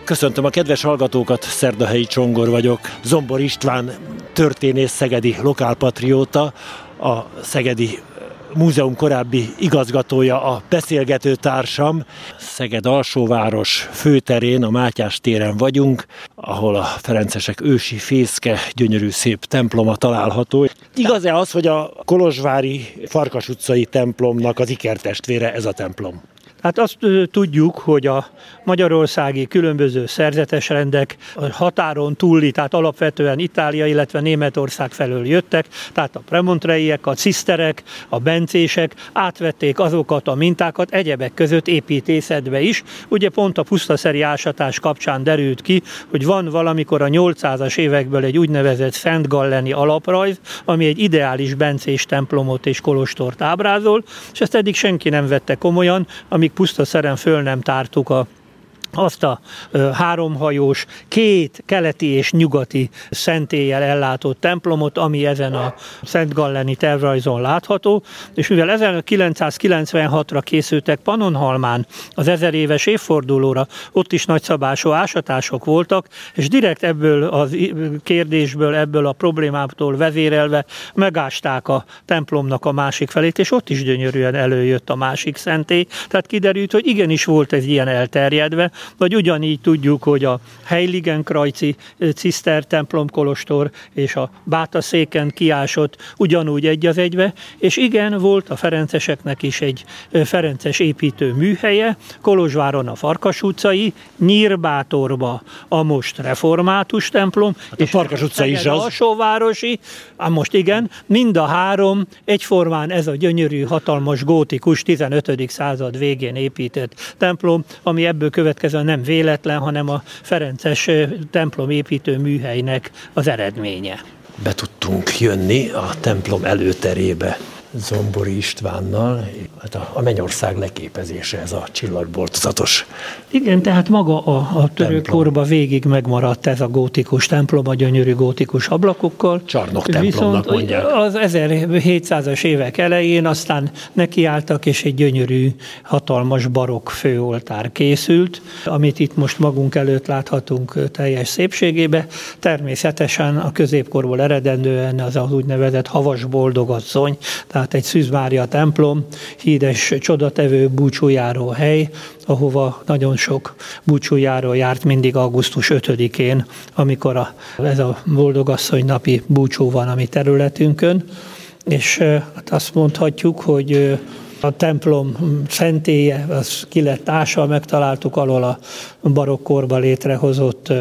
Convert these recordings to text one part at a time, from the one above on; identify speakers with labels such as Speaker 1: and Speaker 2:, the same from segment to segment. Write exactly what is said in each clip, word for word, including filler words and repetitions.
Speaker 1: Köszöntöm a kedves hallgatókat, Szerdahelyi Csongor vagyok. Zombor István történész, szegedi lokálpatrióta, a Szegedi Múzeum korábbi igazgatója, a beszélgető társam. Szeged alsóváros főterén, a Mátyás téren vagyunk, ahol a ferencesek ősi fészke, gyönyörű szép temploma található. Igaz-e az, hogy a kolozsvári Farkas utcai templomnak az ikertestvére ez a templom?
Speaker 2: Hát azt tudjuk, hogy a magyarországi különböző szerzetesrendek a határon túli, tehát alapvetően Itália, illetve Németország felől jöttek, tehát a premontreiek, a ciszterek, a bencések átvették azokat a mintákat egyebek között építészetbe is. Ugye pont a pusztaszeri ásatás kapcsán derült ki, hogy van valamikor a nyolcszázas évekből egy úgynevezett Szent Galleni alaprajz, ami egy ideális bencés templomot és kolostort ábrázol, és ezt eddig senki nem vette komolyan, amíg pusztaszeren föl nem tártuk a azt a háromhajós, két keleti és nyugati szentéllyel ellátott templomot, ami ezen a Szent Galleni tervrajzon látható, és mivel ezerkilencszázkilencvenhatra készültek Pannonhalmán az ezer éves évfordulóra, ott is nagyszabású ásatások voltak, és direkt ebből a kérdésből, ebből a problémától vezérelve megásták a templomnak a másik felét, és ott is gyönyörűen előjött a másik szentély, tehát kiderült, hogy igenis volt ez ilyen elterjedve, vagy ugyanígy tudjuk, hogy a Heiligenkreuzi ciszter templomkolostor és a Bátaszéken kiásott ugyanúgy egy az egybe, és igen, volt a ferenceseknek is egy ferences építő műhelye, Kolozsváron a Farkas utcai, Nyírbátorba a most református templom,
Speaker 1: hát a és Farkas utca is az.
Speaker 2: Alsóvárosi, most igen, mind a három egyformán ez a gyönyörű, hatalmas gótikus tizenötödik század végén épített templom, ami ebből következik nem véletlen, hanem a ferences templomépítő műhelynek az eredménye.
Speaker 1: Be tudtunk jönni a templom előterébe Zombori Istvánnal. Hát a, a Mennyország leképezése, ez a csillagboltozatos.
Speaker 2: Igen, tehát maga a, a török korban végig megmaradt ez a gótikus templom, a gyönyörű gótikus ablakokkal.
Speaker 1: Csarnok templomnak mondják.
Speaker 2: Az ezerhétszázas évek elején aztán nekiálltak, és egy gyönyörű, hatalmas barokk főoltár készült, amit itt most magunk előtt láthatunk teljes szépségébe. Természetesen a középkorból eredendően az az úgynevezett havas boldogasszony, tehát egy Szűz Mária templom, híres csodatevő búcsújáró hely, ahova nagyon sok búcsújáró járt mindig augusztus ötödikén, amikor a, ez a boldogasszony napi búcsú van a mi területünkön, és hát azt mondhatjuk, hogy a templom szentélye, az ki lett ásva, megtaláltuk alól a barokkorban létrehozott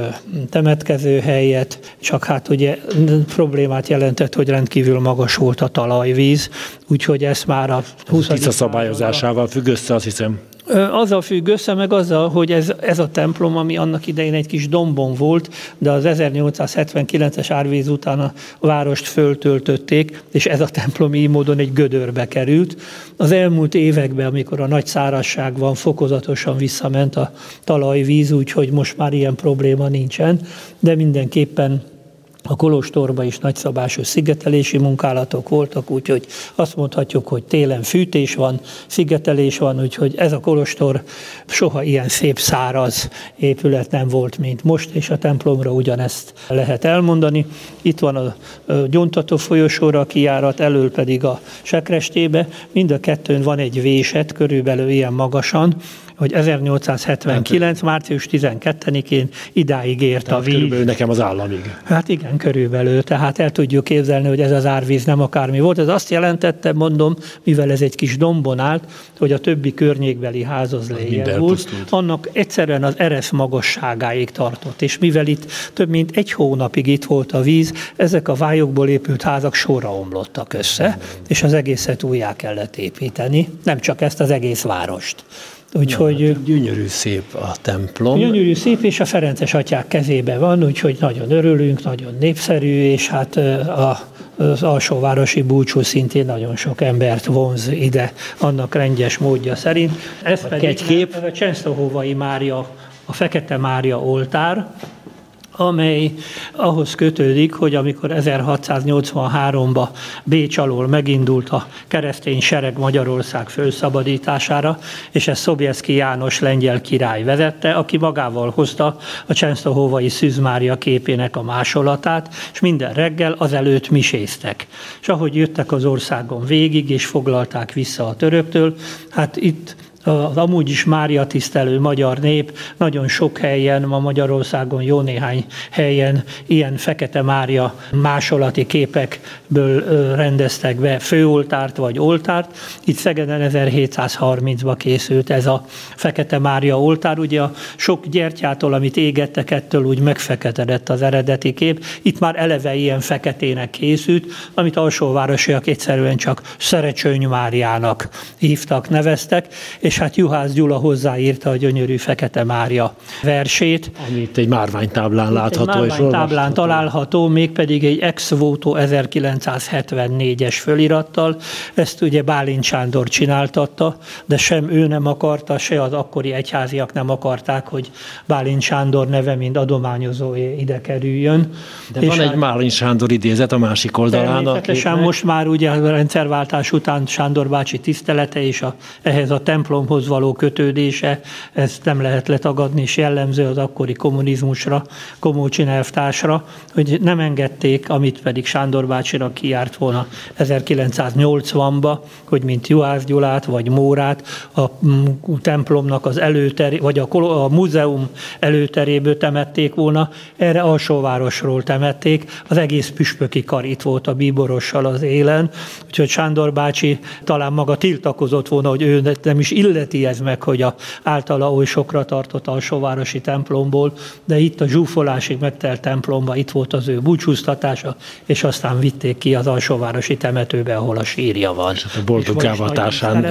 Speaker 2: temetkezőhelyet, csak hát ugye problémát jelentett, hogy rendkívül magas volt a talajvíz, úgyhogy ezt már a huszadik
Speaker 1: Tisza szabályozásával függ össze, azt hiszem.
Speaker 2: Azzal függ össze, meg azzal, hogy ez, ez a templom, ami annak idején egy kis dombon volt, de az ezernyolcszázhetvenkilences árvíz után a várost föltöltötték, és ez a templom így módon egy gödörbe került. Az elmúlt években, amikor a nagy szárazság van, fokozatosan visszament a talajvíz, úgyhogy most már ilyen probléma nincsen, de mindenképpen a kolostorban is nagyszabású szigetelési munkálatok voltak, úgyhogy azt mondhatjuk, hogy télen fűtés van, szigetelés van, úgyhogy ez a kolostor soha ilyen szép száraz épület nem volt, mint most, és a templomra ugyanezt lehet elmondani. Itt van a Gyóntató folyosóra a kijárat, elől pedig a Sekrestébe, mind a kettőn van egy véset, körülbelül ilyen magasan, hogy ezernyolcszázhetvenkilenc. március tizenkettedikén idáig ért tehát a víz.
Speaker 1: Körülbelül nekem az államig.
Speaker 2: Hát igen, körülbelül. Tehát el tudjuk képzelni, hogy ez az árvíz nem akármi volt. Ez azt jelentette, mondom, mivel ez egy kis dombon állt, hogy a többi környékbeli ház az lejjebb volt. Annak egyszerűen az eresz magasságáig tartott. És mivel itt több mint egy hónapig itt volt a víz, ezek a vályokból épült házak sorra omlottak össze, és az egészet újjá kellett építeni. Nem csak ezt, az egész várost. Úgyhogy
Speaker 1: ja, hát gyönyörű szép a templom.
Speaker 2: Gyönyörű szép, és a ferences atyák kezébe van, úgyhogy nagyon örülünk, nagyon népszerű, és hát a, az alsóvárosi búcsú szintén nagyon sok embert vonz ide annak rendes módja szerint. Ez pedig
Speaker 1: egy kép.
Speaker 2: Ez a Csensztohovai Mária, a Fekete Mária oltár, amely ahhoz kötődik, hogy amikor ezerhatszáznyolcvanháromban Bécs alól megindult a keresztény sereg Magyarország fölszabadítására, és ezt Sobieski János lengyel király vezette, aki magával hozta a csensztohovai Szűz Mária képének a másolatát, és minden reggel azelőtt miséztek. És ahogy jöttek az országon végig, és foglalták vissza a töröktől, hát itt az amúgy is Mária tisztelő magyar nép nagyon sok helyen, ma Magyarországon jó néhány helyen ilyen Fekete Mária másolati képekből rendeztek be főoltárt vagy oltárt. Itt Szegeden ezerhétszázharmincban készült ez a Fekete Mária oltár. Ugye a sok gyertyától, amit égettek, ettől úgy megfeketedett az eredeti kép. Itt már eleve ilyen feketének készült, amit alsóvárosiak egyszerűen csak Szerecsöny Máriának hívtak, neveztek, és hát Juhász Gyula hozzáírta a gyönyörű Fekete Mária versét.
Speaker 1: Amit egy márványtáblán látható.
Speaker 2: Egy márványtáblán található, mégpedig egy ex voto ezerkilencszázhetvennégyes fölirattal. Ezt ugye Bálint Sándor csináltatta, de sem ő nem akarta, se az akkori egyháziak nem akarták, hogy Bálint Sándor neve, mint adományozó ide kerüljön.
Speaker 1: De van egy Bálint Sándor idézet a másik oldalán.
Speaker 2: Természetesen most már ugye a rendszerváltás után Sándor bácsi tisztelete és a, ehhez a templomhoz való kötődése, ezt nem lehet letagadni, és jellemző az akkori kommunizmusra, Komócsi elvtársra, hogy nem engedték, amit pedig Sándor bácsira kijárt volna ezerkilencszáznyolcvanba, hogy mint Juhász Gyulát vagy Mórát a templomnak az előteré, vagy a, a múzeum előteréből temették volna, erre Alsóvárosról temették, az egész püspöki kar itt volt a bíborossal az élen, úgyhogy Sándor bácsi talán maga tiltakozott volna, hogy ő nem is illeti ez meg, hogy a általa oly sokra tartott alsóvárosi templomból, de itt a zsúfolásig megtelt templomba, itt volt az ő búcsúztatása, és aztán vitték ki az alsóvárosi temetőbe, ahol a sírja van.
Speaker 1: És a boldog gávatásán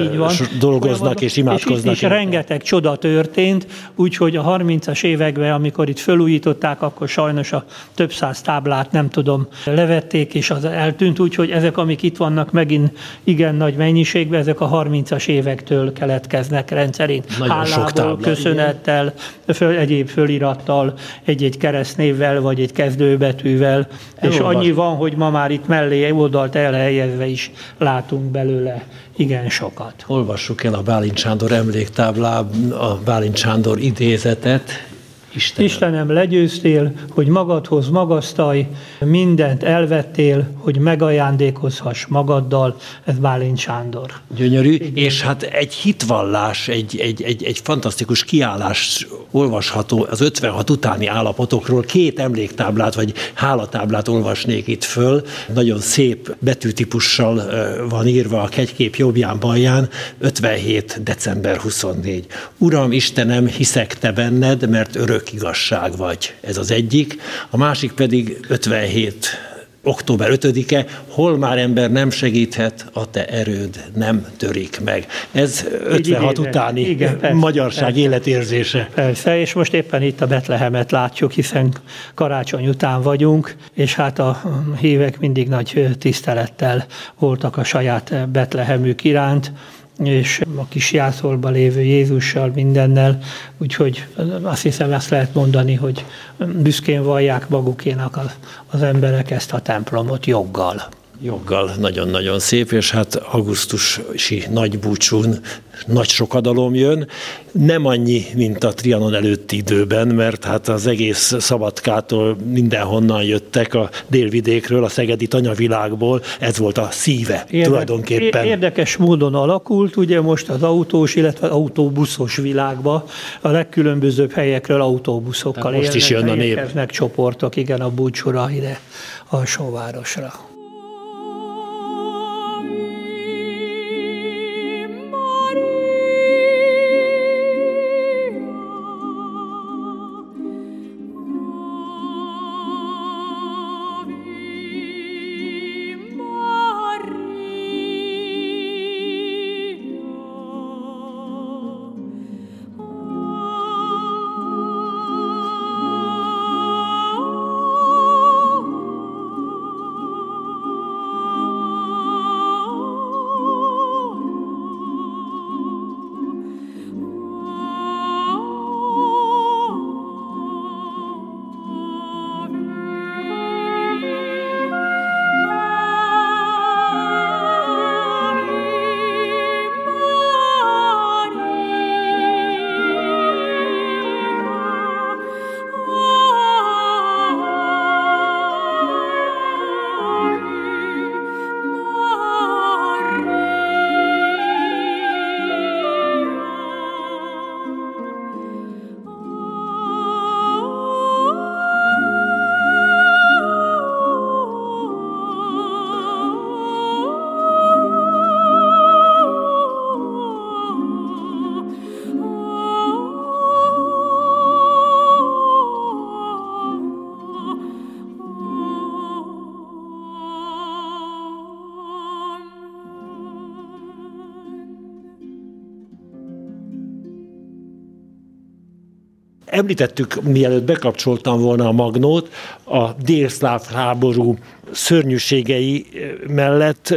Speaker 1: dolgoznak és imádkoznak.
Speaker 2: És, és rengeteg csoda történt, úgyhogy a harmincas években, amikor itt fölújították, akkor sajnos a több száz táblát nem tudom, levették, és az eltűnt, úgyhogy ezek, amik itt vannak megint igen nagy mennyiségben, ezek a harmincas évektől keletkeznek rendszerint.
Speaker 1: Nagyon
Speaker 2: Hálából,
Speaker 1: sok tábla,
Speaker 2: köszönettel, föl, egyéb fölirattal, egy-egy keresztnévvel, vagy egy kezdőbetűvel, és annyi van, hogy ma már itt mellé oldalt elhelyezve is látunk belőle igen sokat.
Speaker 1: Olvassuk el a Bálint Sándor emléktáblán a Bálint Sándor idézetet. Istenem.
Speaker 2: Istenem, legyőztél, hogy magadhoz magasztalj, mindent elvettél, hogy megajándékozhass magaddal, ez Bálint Sándor.
Speaker 1: Gyönyörű, igen. És hát egy hitvallás, egy, egy, egy, egy fantasztikus kiállás olvasható az ötvenhat utáni állapotokról, két emléktáblát vagy hálatáblát olvasnék itt föl, nagyon szép betűtípussal van írva a kegykép jobbján-balján, ötvenhét december huszonnégy. Uram, Istenem, hiszek te benned, mert örök igazság vagy. Ez az egyik. A másik pedig ötvenhét október ötödike, hol már ember nem segíthet, a te erőd nem törik meg. Ez ötvenhat utáni igen, persze, magyarság persze, életérzése.
Speaker 2: Persze, és most éppen itt a Betlehemet látjuk, hiszen karácsony után vagyunk, és hát a hívek mindig nagy tisztelettel voltak a saját Betlehemük iránt, és a kis jászolba lévő Jézussal, mindennel, úgyhogy azt hiszem, azt lehet mondani, hogy büszkén vallják magukénak az, az emberek ezt a templomot joggal.
Speaker 1: Joggal, nagyon-nagyon szép, és hát augusztusi nagybúcsún nagy sokadalom jön. Nem annyi, mint a Trianon előtti időben, mert hát az egész Szabadkától mindenhonnan jöttek a délvidékről, a szegedi tanyavilágból, ez volt a szíve Érde- tulajdonképpen.
Speaker 2: Érdekes módon alakult, ugye most az autós, illetve autóbuszos világba a legkülönbözőbb helyekről autóbuszokkal
Speaker 1: most is jön a nép.
Speaker 2: Érkeznek csoportok, igen, a búcsúra ide, Alsóvárosra.
Speaker 1: Említettük, mielőtt bekapcsoltam volna a magnót, a délszláv háború szörnyűségei mellett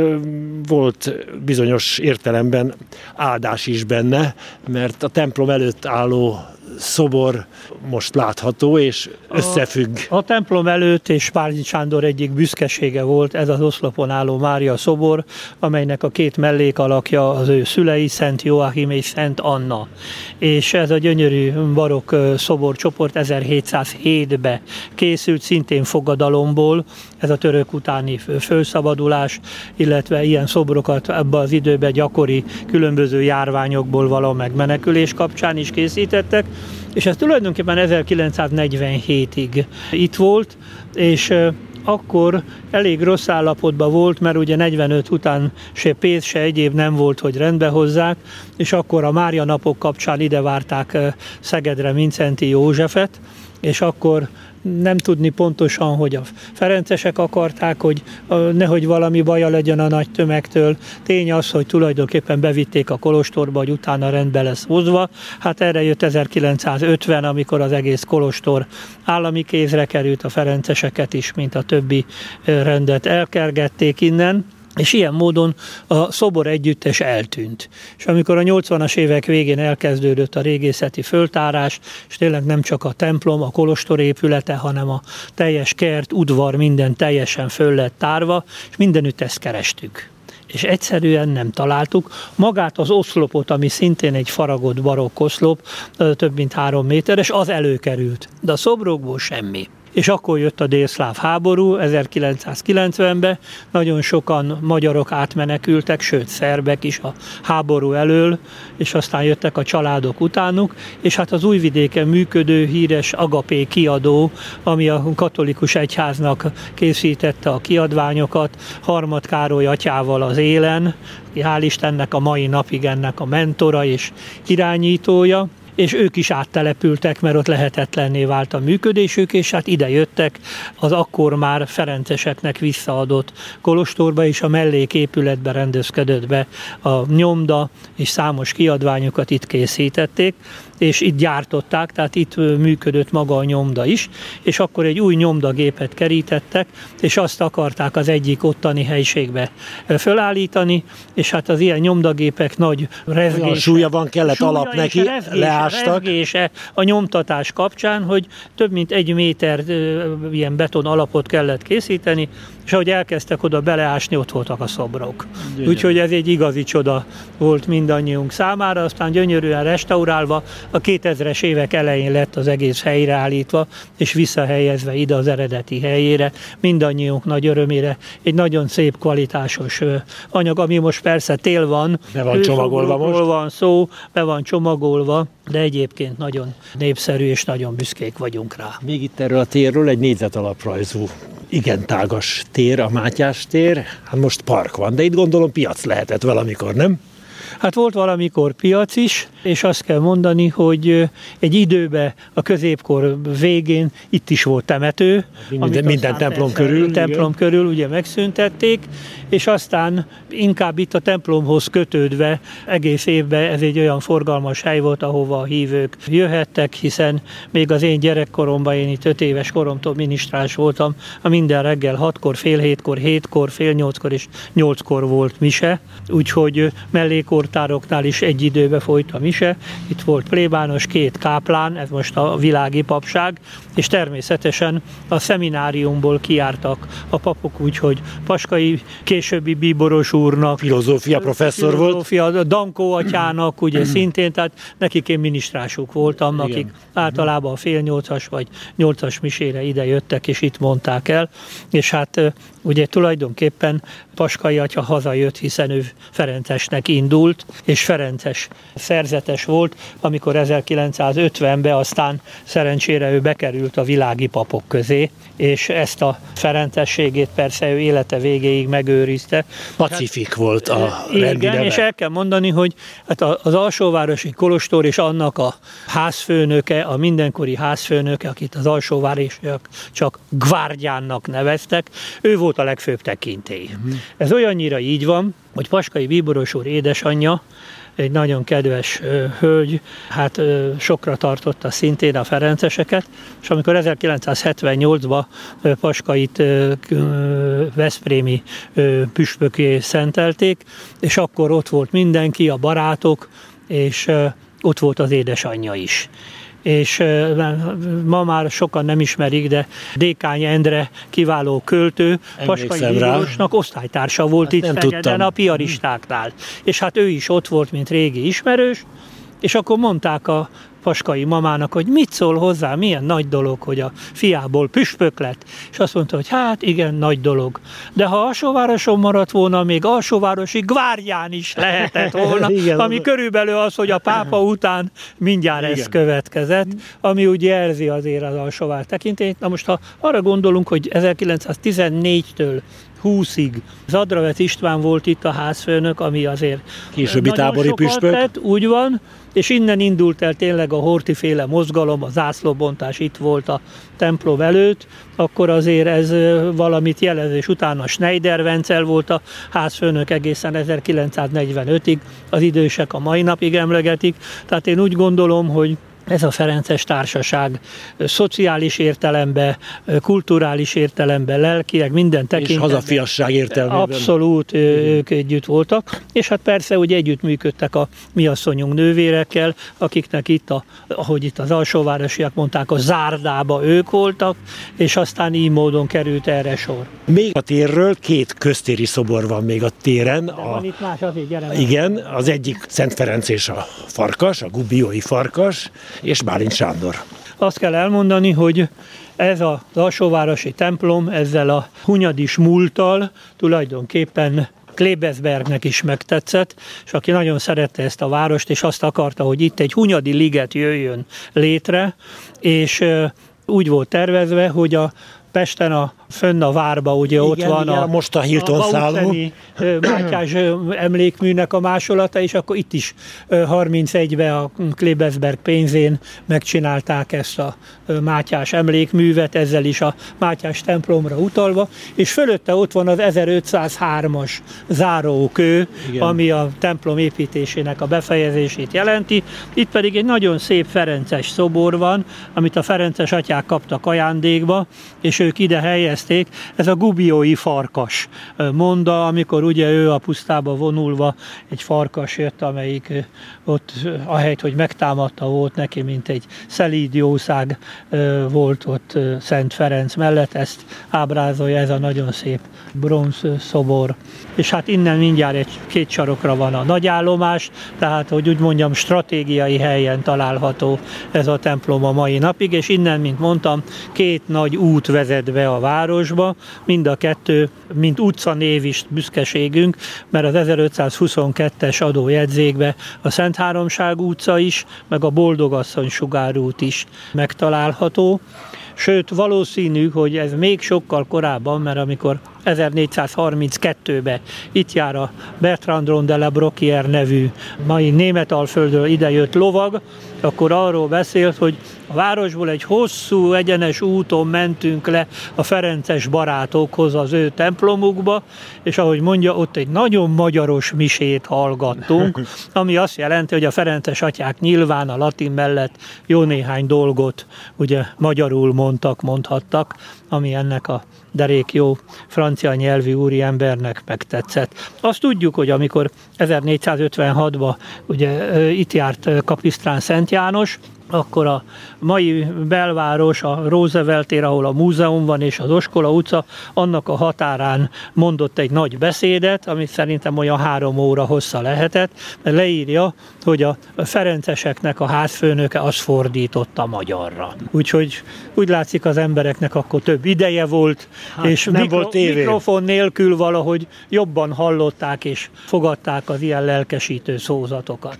Speaker 1: volt bizonyos értelemben áldás is benne, mert a templom előtt álló szobor most látható, és összefügg.
Speaker 2: A, a templom előtt és Pázmány Sándor egyik büszkesége volt ez az oszlopon álló Mária szobor, amelynek a két mellékalakja az ő szülei, Szent Joachim és Szent Anna. És ez a gyönyörű barokk szoborcsoport ezerhétszázhétben készült, szintén fogadalomból, ez a török utáni fölszabadulás, illetve ilyen szobrokat ebben az időben gyakori különböző járványokból való megmenekülés kapcsán is készítettek, és ez tulajdonképpen ezerkilencszáznegyvenhétig itt volt, és akkor elég rossz állapotban volt, mert ugye negyvenöt után se pénz, se egyéb nem volt, hogy rendbe hozzák, és akkor a Mária napok kapcsán ide várták Szegedre Mindszenty Józsefet, és akkor nem tudni pontosan, hogy a ferencesek akarták, hogy nehogy valami baja legyen a nagy tömegtől. Tény az, hogy tulajdonképpen bevitték a kolostorba, hogy utána rendbe lesz hozva. Hát erre jött ezerkilencszázötven, amikor az egész kolostor állami kézre került, a ferenceseket is, mint a többi rendet elkergették innen. És ilyen módon a szobor együttes eltűnt. És amikor a nyolcvanas évek végén elkezdődött a régészeti föltárás, és tényleg nem csak a templom, a kolostor épülete, hanem a teljes kert, udvar, minden teljesen föl lett tárva, és mindenütt ezt kerestük. És egyszerűen nem találtuk. Magát az oszlopot, ami szintén egy faragott barokk oszlop, több mint három méteres, az előkerült. De a szobrokból semmi. És akkor jött a délszláv háború, ezerkilencszázkilencvenben, nagyon sokan magyarok átmenekültek, sőt szerbek is a háború elől, és aztán jöttek a családok utánuk, és hát az Újvidéken működő híres Agapé kiadó, ami a katolikus egyháznak készítette a kiadványokat, Harmad Károly atyával az élen, hál' Istennek a mai napig ennek a mentora és irányítója, és ők is áttelepültek, mert ott lehetetlenné vált a működésük, és hát ide jöttek az akkor már ferenceseknek visszaadott kolostorba, és a melléképületbe rendezkedett be a nyomda, és számos kiadványokat itt készítették, és itt gyártották, tehát itt működött maga a nyomda is, és akkor egy új nyomdagépet kerítettek, és azt akarták az egyik ottani helyiségbe fölállítani, és hát az ilyen nyomdagépek nagy rezgése,
Speaker 1: súlya van, kellett alap neki, leástak.
Speaker 2: Rezgése a nyomtatás kapcsán, hogy több mint egy méter ilyen beton alapot kellett készíteni, és ahogy elkezdtek oda beleásni, ott voltak a szobrok. Úgyhogy ez egy igazi csoda volt mindannyiunk számára, aztán gyönyörűen restaurálva, a kétezres évek elején lett az egész helyreállítva, és visszahelyezve ide az eredeti helyére, mindannyiunk nagy örömére. Egy nagyon szép, kvalitásos anyag, ami most persze tél van,
Speaker 1: be van csomagolva most.
Speaker 2: van szó, be van csomagolva, de egyébként nagyon népszerű, és nagyon büszkék vagyunk rá.
Speaker 1: Még itt erről a térről egy négyzetalaprajzú, igen tágas tér, a Mátyás tér, hát most park van, de itt gondolom piac lehetett valamikor, nem?
Speaker 2: Hát volt valamikor piac is, és azt kell mondani, hogy egy időben a középkor végén itt is volt temető.
Speaker 1: Minden, minden templom körül.
Speaker 2: Templom igen. körül ugye megszüntették, és aztán inkább itt a templomhoz kötődve egész évben ez egy olyan forgalmas hely volt, ahova a hívők jöhettek, hiszen még az én gyerekkoromban, én itt öt éves koromtól minisztráns voltam, a minden reggel hatkor, fél hétkor, hétkor, fél nyolckor és nyolckor volt mise, úgyhogy mellékortároknál is egy időbe folyt a mise. Itt volt plébános, két káplán, ez most a világi papság, és természetesen a szemináriumból kijártak a papok, úgyhogy Paskai későbbi bíboros úrnak,
Speaker 1: filozófia professzor
Speaker 2: filozófia, volt, Dankó atyának, ugye szintén, tehát nekik én minisztrásuk voltam, igen. akik általában a fél nyolcas vagy nyolcas misére ide jöttek, és itt mondták el, és hát ugye tulajdonképpen Paskai atya hazajött, hiszen ő ferencesnek indult, és ferences szerzetes volt, amikor ezerkilencszázötvenben aztán szerencsére ő bekerült a világi papok közé, és ezt a ferencességét persze ő élete végéig megőrizte.
Speaker 1: Pacifik volt a rendi
Speaker 2: Igen,
Speaker 1: neve.
Speaker 2: És el kell mondani, hogy hát az alsóvárosi kolostor és annak a házfőnöke, a mindenkori házfőnöke, akit az alsóvárosiak csak Gvárgyánnak neveztek, ő volt a legfőbb tekintély. Uh-huh. Ez olyannyira így van, hogy Paskai bíboros úr édesanyja egy nagyon kedves hölgy, hát sokra tartotta szintén a ferenceseket, és amikor ezerkilencszázhetvennyolcban Paskait veszprémi püspökké szentelték, és akkor ott volt mindenki, a barátok, és ott volt az édesanyja is. És ma már sokan nem ismerik, de Dékány Endre kiváló költő, Paskai Miklósnak osztálytársa volt hát itt Szegeden a piaristáknál. És hát ő is ott volt, mint régi ismerős, és akkor mondták a Paskai mamának, hogy mit szól hozzá, milyen nagy dolog, hogy a fiából püspök lett. És azt mondta, hogy hát igen, nagy dolog. De ha Alsóvároson maradt volna, még alsóvárosi gvárján is lehetett volna, igen, ami az... körülbelül az, hogy a pápa után mindjárt igen. ez következett, ami úgy jelzi azért az Alsóvár tekintélyt. Na most, ha arra gondolunk, hogy ezerkilencszáztizennégytől húszig Zadravec István volt itt a házfőnök, ami azért
Speaker 1: későbbi tábori püspök.
Speaker 2: Tett, úgy van, és innen indult el tényleg a Horthy-féle mozgalom, a zászlóbontás itt volt a templom előtt, akkor azért ez valamit jelez, és utána Schneider Vencel volt a házfőnök egészen ezerkilencszáznegyvenötig, az idősek a mai napig emlegetik, tehát én úgy gondolom, hogy ez a ferences társaság szociális értelemben, kulturális értelemben, lelkileg minden tekintetben.
Speaker 1: És hazafiasság értelmében.
Speaker 2: Abszolút igen. ők együtt voltak, és hát persze, hogy együttműködtek a mi asszonyunk nővérekkel, akiknek itt, a, ahogy itt az alsóvárosiak mondták, a zárdába ők voltak, és aztán így módon került erre sor.
Speaker 1: Még a térről két köztéri szobor van még a téren.
Speaker 2: De a... van itt más, azért gyere meg.
Speaker 1: Igen, az egyik Szent Ferenc és a Farkas, a gubiói Farkas, és Bálint Sándor.
Speaker 2: Azt kell elmondani, hogy ez az alsóvárosi templom ezzel a hunyadis múlttal tulajdonképpen Klebesbergnek is megtetszett, és aki nagyon szerette ezt a várost, és azt akarta, hogy itt egy hunyadi liget jöjjön létre, és úgy volt tervezve, hogy a Pesten a fönn a várba, ugye igen, ott van
Speaker 1: igen,
Speaker 2: a,
Speaker 1: most a Hilton szálló.
Speaker 2: Mátyás emlékműnek a másolata, és akkor itt is harmincegyben a Klebesberg pénzén megcsinálták ezt a Mátyás emlékművet, ezzel is a Mátyás templomra utalva, és fölötte ott van az ezerötszázhármas zárókő, igen. ami a templom építésének a befejezését jelenti. Itt pedig egy nagyon szép ferences szobor van, amit a ferences atyák kaptak ajándékba, és ők ide helyezték. Ez a gubiói Farkas monda, amikor ugye ő a pusztába vonulva egy farkas jött, amelyik ott ahelyett, hogy megtámadta, volt neki, mint egy szelíd jószág volt ott Szent Ferenc mellett, ezt ábrázolja ez a nagyon szép bronz szobor. És hát innen mindjárt egy két sarokra van a nagyállomás, tehát, hogy úgy mondjam, stratégiai helyen található ez a templom a mai napig, és innen, mint mondtam, két nagy út vezet be a városba, mind a kettő, mint utcanév is büszkeségünk, mert az ezerötszázhuszonkettes adójegyzékbe a Szent Háromság utca is, meg a Boldogasszony sugárút is megtalálható. Sőt, valószínű, hogy ez még sokkal korábban, mert amikor ezernégyszázharminckettőben itt jár a Bertrand de la Brocquière nevű mai Németalföldről idejött lovag, akkor arról beszélt, hogy a városból egy hosszú, egyenes úton mentünk le a ferences barátokhoz az ő templomukba, és ahogy mondja, ott egy nagyon magyaros misét hallgattunk, ami azt jelenti, hogy a ferences atyák nyilván a latin mellett jó néhány dolgot ugye magyarul mondtak, mondhattak, ami ennek a derék jó francia nyelvű úriembernek megtetszett. Azt tudjuk, hogy amikor ezernégyszázötvenhatban ugye itt járt Kapisztrán Szent János, akkor a mai belváros, a Roosevelt tér, ahol a múzeum van, és az Oskola utca, annak a határán mondott egy nagy beszédet, amit szerintem olyan három óra hossza lehetett, mert leírja, hogy a ferenceseknek a házfőnöke azt fordította magyarra. Úgyhogy úgy látszik, az embereknek akkor több ideje volt, hát, és nem mikro, volt mikrofon nélkül valahogy jobban hallották és fogadták az ilyen lelkesítő szózatokat.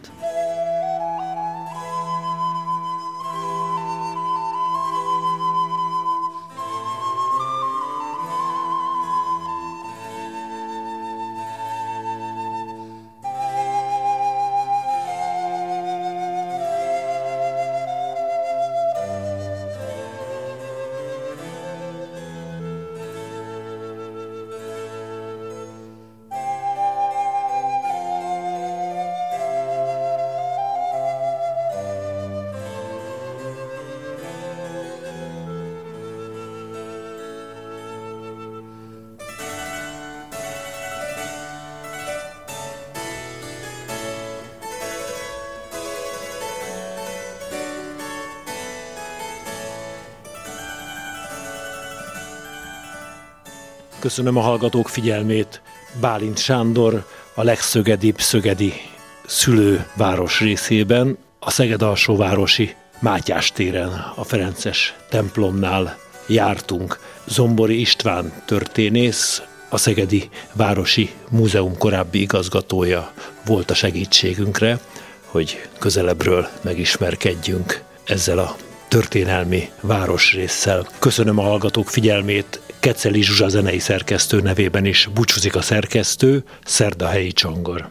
Speaker 1: Köszönöm a hallgatók figyelmét. Bálint Sándor a legszögedibb szögedi szülőváros részében, a Szeged alsóvárosi Mátyás téren, a Ferences templomnál jártunk. Zombori István történész, a Szegedi Városi Múzeum korábbi igazgatója volt a segítségünkre, hogy közelebbről megismerkedjünk ezzel a történelmi városrésszel. Köszönöm a hallgatók figyelmét, Keceli Zsuzsa zenei szerkesztő nevében is búcsúzik a szerkesztő, Szerdahelyi Csongor.